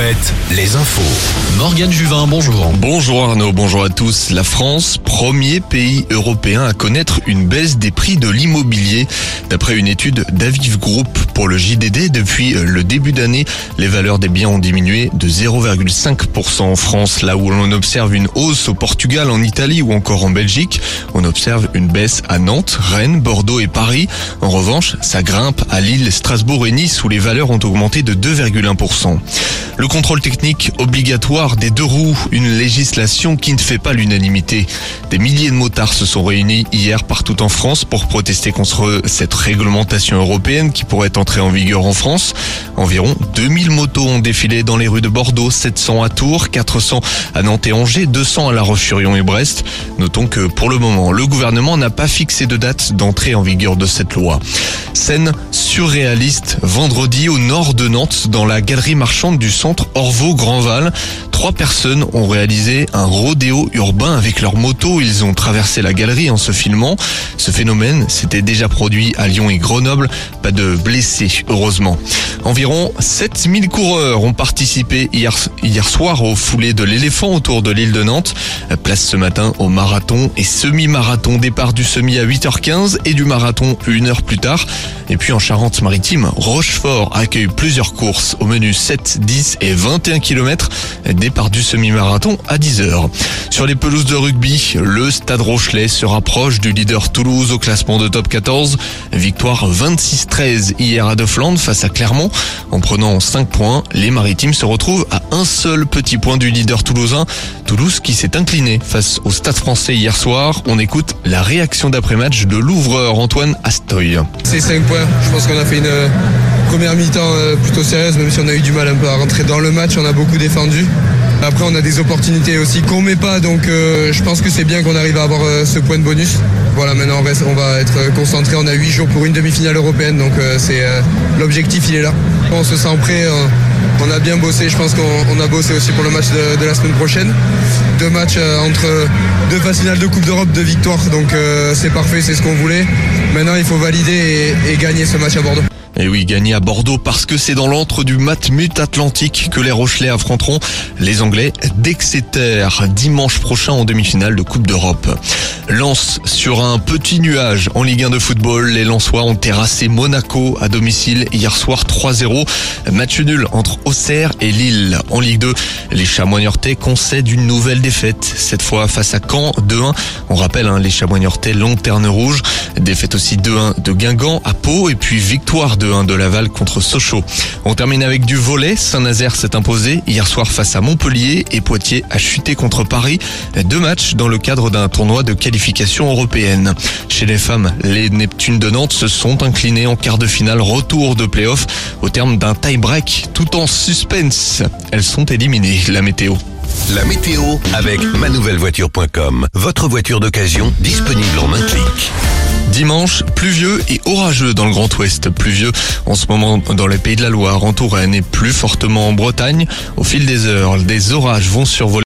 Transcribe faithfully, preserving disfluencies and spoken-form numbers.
Alouette, les infos. Morgane Juvin, bonjour. Bonjour Arnaud, bonjour à tous. La France, premier pays européen à connaître une baisse des prix de l'immobilier. D'après une étude d'Aviv Group pour le J D D, depuis le début d'année, les valeurs des biens ont diminué de zéro virgule cinq pour cent en France, là où l'on observe une hausse au Portugal, en Italie ou encore en Belgique. On observe une baisse à Nantes, Rennes, Bordeaux et Paris. En revanche, ça grimpe à Lille, Strasbourg et Nice où les valeurs ont augmenté de deux virgule un pour cent. Le contrôle technique obligatoire des deux roues, une législation qui ne fait pas l'unanimité. Des milliers de motards se sont réunis hier partout en France pour protester contre cette réglementation européenne qui pourrait entrer en vigueur en France. Environ deux mille motos ont défilé dans les rues de Bordeaux, sept cents à Tours, quatre cents à Nantes et Angers, deux cents à La Roche-sur-Yon et Brest. Notons que pour le moment, le gouvernement n'a pas fixé de date d'entrée en vigueur de cette loi. Scène surréaliste vendredi au nord de Nantes, dans la galerie marchande du centre Orvaux-Grandval. Trois personnes ont réalisé un rodéo urbain avec leur moto. Ils ont traversé la galerie en se filmant. Ce phénomène s'était déjà produit à Lyon et Grenoble. Pas de blessés, heureusement. Environ sept mille coureurs ont participé hier, hier soir au foulée de l'éléphant autour de l'île de Nantes. Place ce matin au marathon et semi-marathon. Départ du semi à huit heures quinze et du marathon une heure plus tard. Et puis en Charente-Maritime, Rochefort accueille plusieurs courses au menu sept, dix et vingt et un kilomètres. Départ du semi-marathon à dix heures. Sur les pelouses de rugby, le Stade Rochelais se rapproche du leader Toulouse au classement de top quatorze. Victoire vingt-six treize hier à Defland face à Clermont. En prenant cinq points, les Maritimes se retrouvent à un seul petit point du leader toulousain. Toulouse qui s'est incliné face au Stade Français hier soir. On écoute la réaction d'après-match de l'ouvreur Antoine Astoy. C'est cinq points. Je pense qu'on a fait une première mi-temps plutôt sérieuse, même si on a eu du mal un peu à rentrer dans le match. On a beaucoup défendu. Après, on a des opportunités aussi qu'on met pas, donc euh, je pense que c'est bien qu'on arrive à avoir euh, ce point de bonus. Voilà, maintenant on, reste, on va être concentré. On a huit jours pour une demi-finale européenne, donc euh, c'est euh, l'objectif, il est là. On se sent prêt. Euh, on a bien bossé. Je pense qu'on on a bossé aussi pour le match de, de la semaine prochaine. Deux matchs euh, entre deux phases finales de Coupe d'Europe, deux victoires, donc euh, c'est parfait, c'est ce qu'on voulait. Maintenant, il faut valider et, et gagner ce match à Bordeaux. Et oui, gagner à Bordeaux parce que c'est dans l'antre du Matmut Atlantique que les Rochelais affronteront les Anglais d'Exeter dimanche prochain en demi-finale de Coupe d'Europe. Lens sur un petit nuage en Ligue un de football. Les Lensois ont terrassé Monaco à domicile hier soir trois zéro. Match nul entre Auxerre et Lille. En Ligue deux, les Chamois niortais concèdent une nouvelle défaite, cette fois face à Caen deux un. On rappelle hein, les Chamois niortais lanterne rouge. Défaite aussi deux un de Guingamp à Pau et puis victoire deux un de Laval contre Sochaux. On termine avec du volley. Saint-Nazaire s'est imposé hier soir face à Montpellier et Poitiers a chuté contre Paris. Deux matchs dans le cadre d'un tournoi de qualification européenne. Chez les femmes, les Neptunes de Nantes se sont inclinés en quart de finale retour de play-off au terme d'un tie-break tout en suspense. Elles sont éliminées. La météo. La météo avec manouvellevoiture point com. Votre voiture d'occasion disponible en un clic. Dimanche, pluvieux et orageux dans le Grand Ouest. Pluvieux en ce moment dans les Pays de la Loire, en Touraine et plus fortement en Bretagne. Au fil des heures, des orages vont survoler